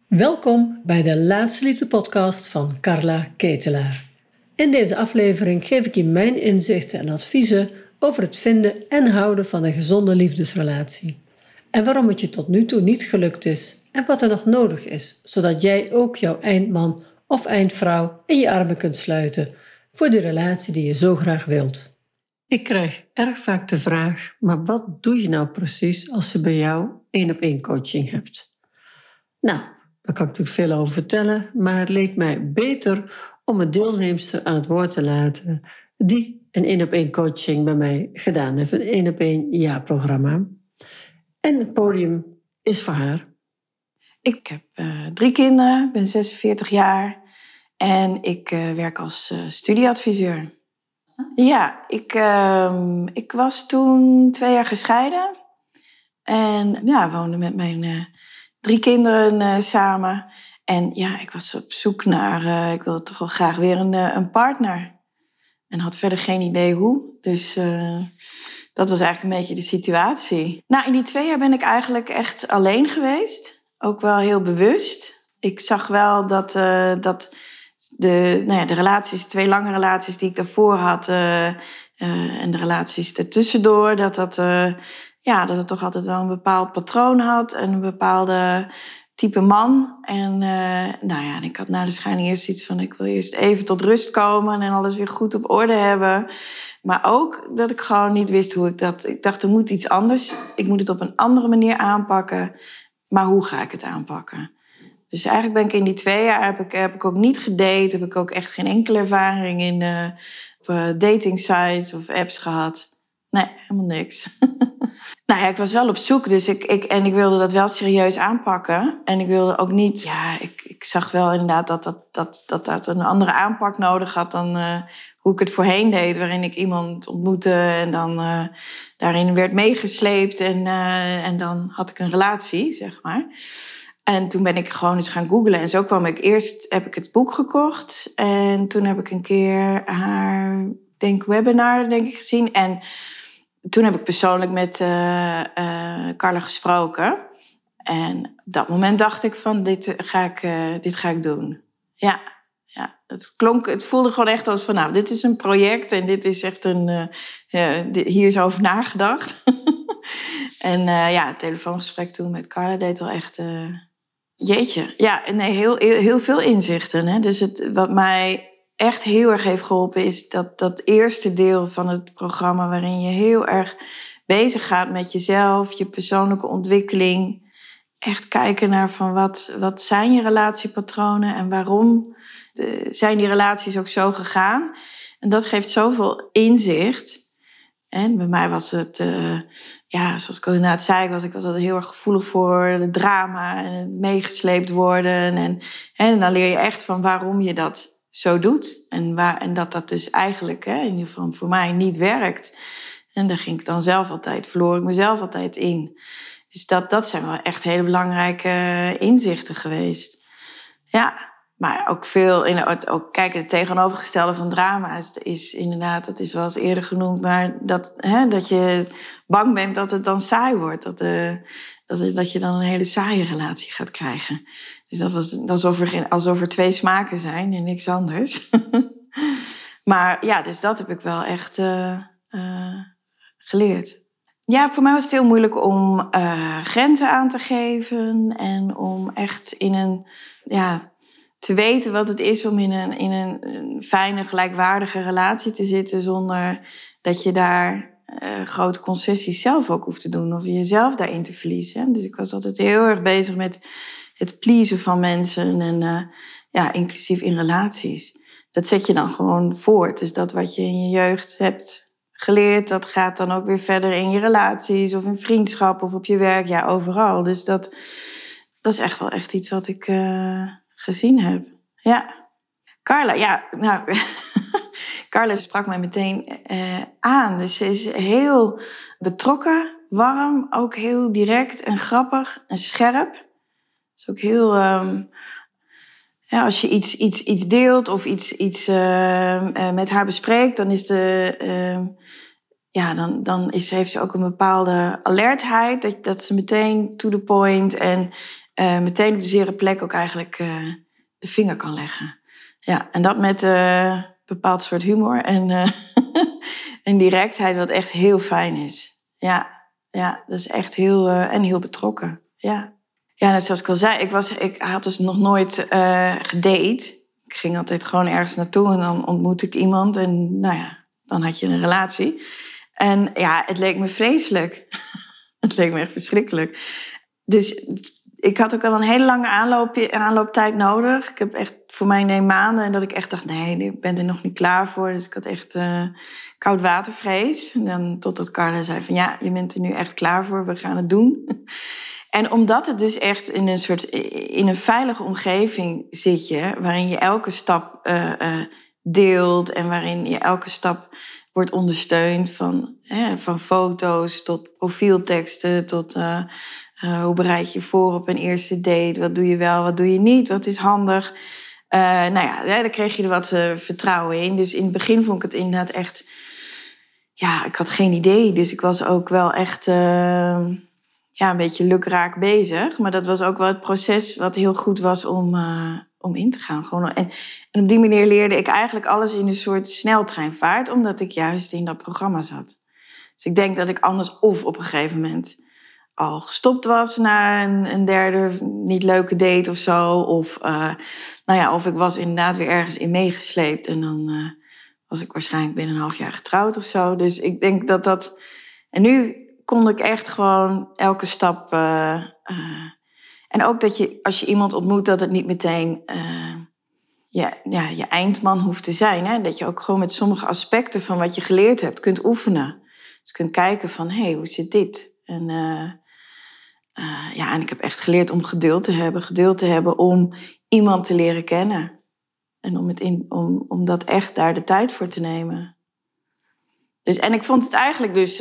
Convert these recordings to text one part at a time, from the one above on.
Welkom bij de Laatste Liefde podcast van Carla Ketelaar. In deze aflevering geef ik je mijn inzichten en adviezen over het vinden en houden van een gezonde liefdesrelatie. En waarom het je tot nu toe niet gelukt is en wat er nog nodig is, zodat jij ook jouw eindman of eindvrouw in je armen kunt sluiten voor de relatie die je zo graag wilt. Ik krijg erg vaak de vraag, maar wat doe je nou precies als je bij jou 1-op-1 coaching hebt? Nou, daar kan ik natuurlijk veel over vertellen, maar het leek mij beter om een deelnemster aan het woord te laten die een 1-op-1 coaching bij mij gedaan heeft, een 1-op-1 jaarprogramma. En het podium is voor haar. Ik heb 3 kinderen, ben 46 jaar en ik werk als studieadviseur. Ja, ik was toen 2 jaar gescheiden en woonde met mijn 3 kinderen samen. En ja, ik was op zoek naar, ik wilde toch wel graag weer een partner. En had verder geen idee hoe, dus dat was eigenlijk een beetje de situatie. Nou, in die 2 jaar ben ik eigenlijk echt alleen geweest. Ook wel heel bewust. Ik zag wel dat de relaties, 2 lange relaties die ik daarvoor had en de relaties ertussendoor, dat het toch altijd wel een bepaald patroon had en een bepaalde type man. En ik had na de scheiding eerst iets van, ik wil eerst even tot rust komen en alles weer goed op orde hebben. Maar ook dat ik gewoon niet wist hoe ik dat. Ik dacht, er moet iets anders. Ik moet het op een andere manier aanpakken. Maar hoe ga ik het aanpakken? Dus eigenlijk ben ik in die 2 jaar heb ik ook niet gedate. Heb ik ook echt geen enkele ervaring in dating sites of apps gehad. Nee, helemaal niks. Nou ja, ik was wel op zoek. Dus ik wilde dat wel serieus aanpakken. En ik wilde ook niet... Ja, ik zag wel inderdaad dat een andere aanpak nodig had dan hoe ik het voorheen deed. Waarin ik iemand ontmoette en dan daarin werd meegesleept. En dan had ik een relatie, zeg maar. En toen ben ik gewoon eens gaan googlen. En zo kwam ik. Eerst heb ik het boek gekocht. En toen heb ik een keer haar webinar gezien. En toen heb ik persoonlijk met Carla gesproken. En op dat moment dacht ik van, dit ga ik doen. Ja, het voelde gewoon echt als van, nou, dit is een project. En dit is echt hier is over nagedacht. En het telefoongesprek toen met Carla deed wel echt... Jeetje, ja, nee, heel veel inzichten. Hè? Dus wat mij echt heel erg heeft geholpen is dat eerste deel van het programma waarin je heel erg bezig gaat met jezelf, je persoonlijke ontwikkeling. Echt kijken naar van wat zijn je relatiepatronen en waarom zijn die relaties ook zo gegaan. En dat geeft zoveel inzicht. En bij mij was het, zoals ik al inderdaad zei, ik was altijd heel erg gevoelig voor het drama en het meegesleept worden. En dan leer je echt van waarom je dat zo doet. En dat dus eigenlijk, in ieder geval voor mij, niet werkt. En daar ging ik dan verloor ik mezelf altijd in. Dus dat zijn wel echt hele belangrijke inzichten geweest. Ja. Maar ook ook kijken, het tegenovergestelde van drama is inderdaad, dat is wel eens eerder genoemd, maar dat je bang bent dat het dan saai wordt. Dat je dan een hele saaie relatie gaat krijgen. Dus dat was alsof er 2 smaken zijn en niks anders. Maar ja, dus dat heb ik wel echt geleerd. Ja, voor mij was het heel moeilijk om grenzen aan te geven en om echt te weten wat het is om in een fijne, gelijkwaardige relatie te zitten zonder dat je daar grote concessies zelf ook hoeft te doen of jezelf daarin te verliezen. Dus ik was altijd heel erg bezig met het pleasen van mensen en inclusief in relaties. Dat zet je dan gewoon voort. Dus dat wat je in je jeugd hebt geleerd, dat gaat dan ook weer verder in je relaties of in vriendschap of op je werk, ja, overal. Dus dat is echt wel echt iets wat ik gezien heb. Ja. Carla, Carla sprak mij meteen aan. Dus ze is heel betrokken, warm, ook heel direct en grappig en scherp. Is ook heel... als je iets deelt of iets met haar bespreekt, dan is heeft ze ook een bepaalde alertheid. Dat ze meteen to the point en meteen op de zere plek ook eigenlijk de vinger kan leggen. Ja, en dat met bepaald soort humor en, en directheid, wat echt heel fijn is. Ja, dat is echt heel, en heel betrokken. Ja, net zoals ik al zei, ik had dus nog nooit gedate. Ik ging altijd gewoon ergens naartoe en dan ontmoette ik iemand en dan had je een relatie. En ja, het leek me vreselijk. Het leek me echt verschrikkelijk. Dus ik had ook al een hele lange aanlooptijd nodig. Ik heb echt voor mij maanden en dat ik echt dacht, nee, ik ben er nog niet klaar voor. Dus ik had echt koudwatervrees. En dan totdat Carla zei van ja, je bent er nu echt klaar voor, we gaan het doen. En omdat het dus echt in een veilige omgeving zit je, waarin je elke stap deelt en waarin je elke stap wordt ondersteund van foto's tot profielteksten tot hoe bereid je voor op een eerste date, wat doe je wel, wat doe je niet, wat is handig. Daar kreeg je er wat vertrouwen in. Dus in het begin vond ik het inderdaad echt, ik had geen idee. Dus ik was ook wel echt een beetje lukraak bezig. Maar dat was ook wel het proces wat heel goed was om in te gaan. Gewoon. En op die manier leerde ik eigenlijk alles in een soort sneltreinvaart, omdat ik juist in dat programma zat. Dus ik denk dat ik anders of op een gegeven moment al gestopt was na een derde niet leuke date of zo. Of ik was inderdaad weer ergens in meegesleept. En dan was ik waarschijnlijk binnen een half jaar getrouwd of zo. Dus ik denk dat. En nu kon ik echt gewoon elke stap. En ook dat je, als je iemand ontmoet, dat het niet meteen je eindman hoeft te zijn. Hè? Dat je ook gewoon met sommige aspecten van wat je geleerd hebt kunt oefenen. Dus kunt kijken van, hoe zit dit? En ik heb echt geleerd om geduld te hebben om iemand te leren kennen. En om dat echt daar de tijd voor te nemen. Dus, en ik vond het eigenlijk dus,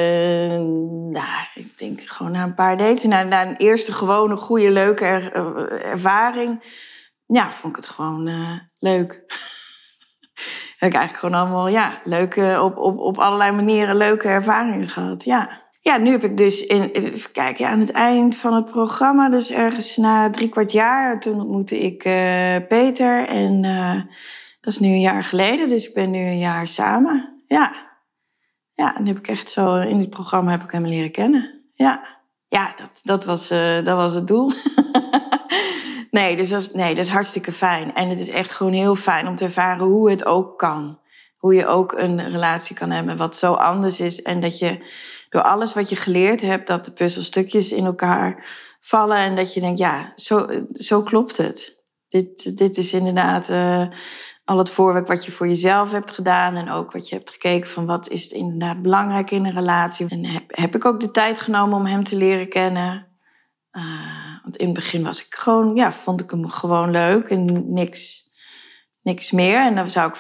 ik denk gewoon na een paar dates, na een eerste gewone, goede, leuke ervaring, vond ik het gewoon leuk. Heb ik eigenlijk gewoon allemaal, leuke, op allerlei manieren leuke ervaringen gehad, Ja, nu heb ik dus even kijken, aan het eind van het programma, dus ergens na 3/4 jaar, toen ontmoette ik Peter. En dat is nu 1 jaar geleden, dus ik ben nu 1 jaar samen. Ja, en heb ik echt zo, in dit programma heb ik hem leren kennen. Ja, dat was het doel. Dus dat is hartstikke fijn. En het is echt gewoon heel fijn om te ervaren hoe het ook kan. Hoe je ook een relatie kan hebben wat zo anders is. En dat je door alles wat je geleerd hebt, dat de puzzelstukjes in elkaar vallen. En dat je denkt, zo klopt het. Dit is inderdaad al het voorwerk wat je voor jezelf hebt gedaan. En ook wat je hebt gekeken van wat is inderdaad belangrijk in een relatie. En heb ik ook de tijd genomen om hem te leren kennen. Want in het begin was ik gewoon, vond ik hem gewoon leuk en niks meer. En dan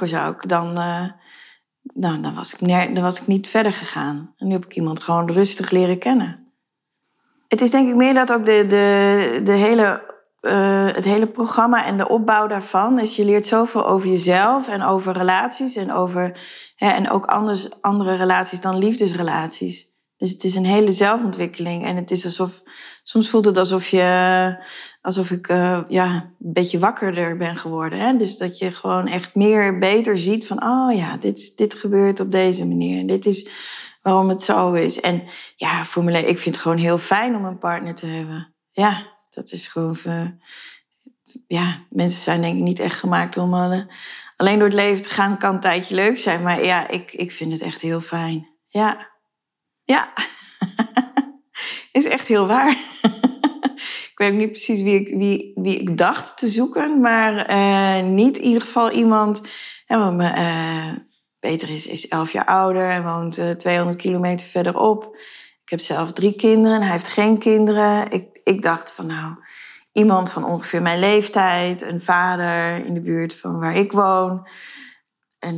was ik niet verder gegaan. En nu heb ik iemand gewoon rustig leren kennen. Het is denk ik meer dat ook het hele programma en de opbouw daarvan. Dus je leert zoveel over jezelf en over relaties en ook andere relaties dan liefdesrelaties. Dus het is een hele zelfontwikkeling. En het is soms voelt het alsof ik een beetje wakkerder ben geworden. Hè? Dus dat je gewoon echt beter ziet van, dit gebeurt op deze manier. En dit is waarom het zo is. En ik vind het gewoon heel fijn om een partner te hebben. Ja, dat is gewoon... mensen zijn denk ik niet echt gemaakt om alleen door het leven te gaan. Kan een tijdje leuk zijn. Maar ik vind het echt heel fijn. Ja. Is echt heel waar. Ik weet ook niet precies wie ik dacht te zoeken. Maar niet in ieder geval iemand... Peter is 11 jaar ouder en woont 200 kilometer verderop. Ik heb zelf 3 kinderen en hij heeft geen kinderen. Ik dacht van iemand van ongeveer mijn leeftijd. Een vader in de buurt van waar ik woon. Een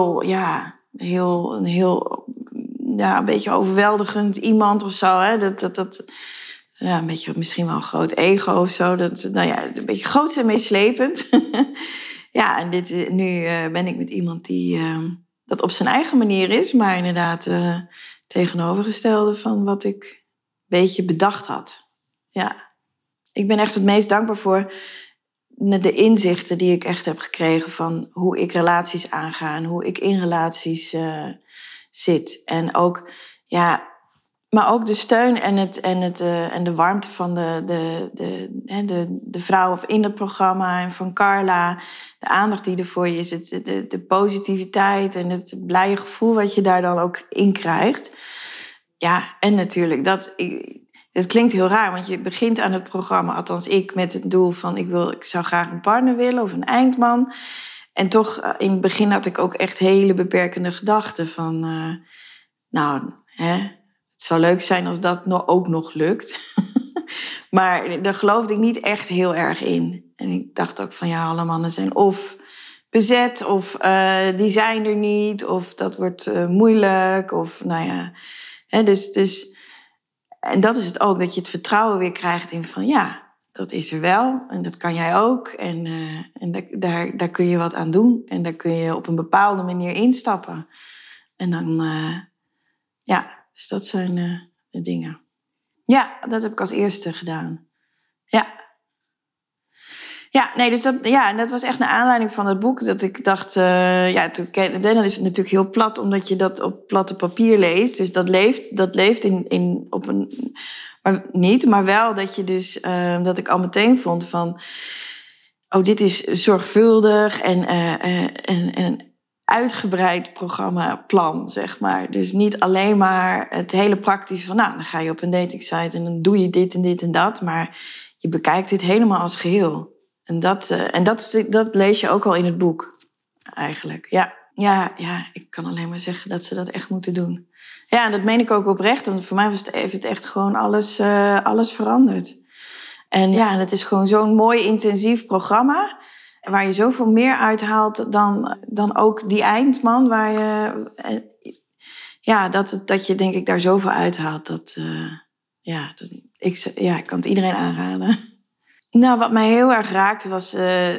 een beetje overweldigend iemand of zo. Hè? Een beetje misschien wel een groot ego of zo. Een beetje groots en meeslepend. En nu ben ik met iemand die dat op zijn eigen manier is. Maar inderdaad tegenovergestelde van wat ik een beetje bedacht had. Ja. Ik ben echt het meest dankbaar voor de inzichten die ik echt heb gekregen van hoe ik relaties aanga en hoe ik in relaties zit. En ook, maar ook de steun en de warmte van de vrouw in het programma en van Carla. De aandacht die er voor je is, de positiviteit en het blije gevoel wat je daar dan ook in krijgt. Ja, en natuurlijk, het klinkt heel raar, want je begint aan het programma, althans ik, met het doel van ik zou graag een partner willen of een eindman. En toch, in het begin had ik ook echt hele beperkende gedachten van, het zou leuk zijn als dat ook nog lukt. Maar daar geloofde ik niet echt heel erg in. En ik dacht ook van, alle mannen zijn of bezet, of die zijn er niet, of dat wordt moeilijk, of Dus, en dat is het ook, dat je het vertrouwen weer krijgt in van dat is er wel en dat kan jij ook. En daar kun je wat aan doen en daar kun je op een bepaalde manier instappen. En dan, dus dat zijn de dingen. Ja, dat heb ik als eerste gedaan. Ja. Ja, nee, dus dat was echt naar aanleiding van het boek dat ik dacht, dan is het natuurlijk heel plat, omdat je dat op platte papier leest. Dus dat leeft op een, maar wel dat je dus, dat ik al meteen vond van, dit is zorgvuldig en uitgebreid programmaplan, zeg maar. Dus niet alleen maar het hele praktische van, dan ga je op een datingsite en dan doe je dit en dit en dat, maar je bekijkt dit helemaal als geheel. En dat lees je ook al in het boek, eigenlijk. Ja, ik kan alleen maar zeggen dat ze dat echt moeten doen. Ja, en dat meen ik ook oprecht, want voor mij heeft het echt gewoon alles veranderd. En het is gewoon zo'n mooi intensief programma, waar je zoveel meer uithaalt dan ook die eindman, waar je, dat je denk ik daar zoveel uithaalt. Ik kan het iedereen aanraden. Nou, wat mij heel erg raakte was,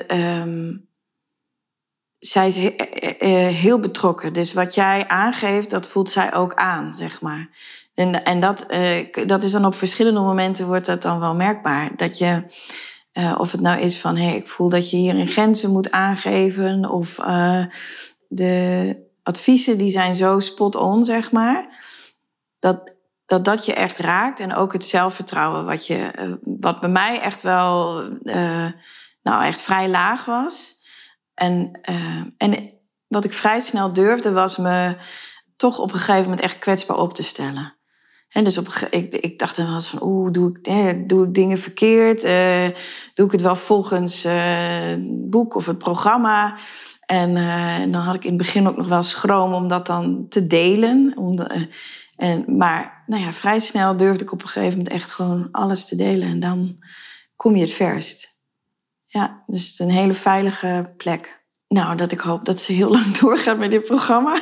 zij is heel betrokken. Dus wat jij aangeeft, dat voelt zij ook aan, zeg maar. En dat is dan op verschillende momenten wordt dat dan wel merkbaar. Dat je, of het nou is van, ik voel dat je hierin grenzen moet aangeven. Of de adviezen die zijn zo spot on, zeg maar. Dat je echt raakt. En ook het zelfvertrouwen wat bij mij echt wel echt vrij laag was. En wat ik vrij snel durfde was me toch op een gegeven moment echt kwetsbaar op te stellen. En dus ik dacht dan wel eens van, doe ik dingen verkeerd? Doe ik het wel volgens het boek of het programma? En dan had ik in het begin ook nog wel schroom om dat dan te delen. Maar vrij snel durfde ik op een gegeven moment echt gewoon alles te delen. En dan kom je het verst. Ja, dus het is een hele veilige plek. Nou, dat ik hoop dat ze heel lang doorgaat met dit programma.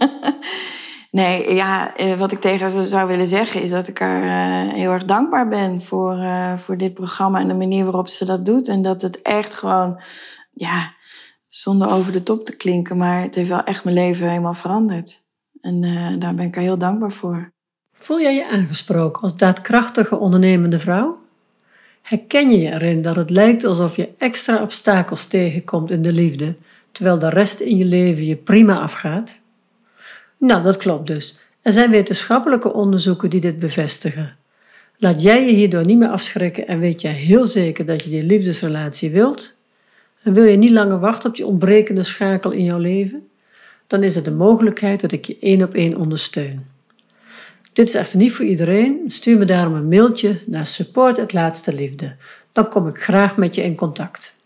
Nee, wat ik tegen haar zou willen zeggen is dat ik haar heel erg dankbaar ben voor dit programma en de manier waarop ze dat doet. En dat het echt gewoon, zonder over de top te klinken, maar het heeft wel echt mijn leven helemaal veranderd. En daar ben ik haar heel dankbaar voor. Voel jij je aangesproken als daadkrachtige ondernemende vrouw? Herken je je erin dat het lijkt alsof je extra obstakels tegenkomt in de liefde, terwijl de rest in je leven je prima afgaat? Nou, dat klopt dus. Er zijn wetenschappelijke onderzoeken die dit bevestigen. Laat jij je hierdoor niet meer afschrikken en weet jij heel zeker dat je die liefdesrelatie wilt? En wil je niet langer wachten op die ontbrekende schakel in jouw leven? Dan is er de mogelijkheid dat ik je 1-op-1 ondersteun. Dit is echter niet voor iedereen. Stuur me daarom een mailtje naar support@laatsteliefde. Dan kom ik graag met je in contact.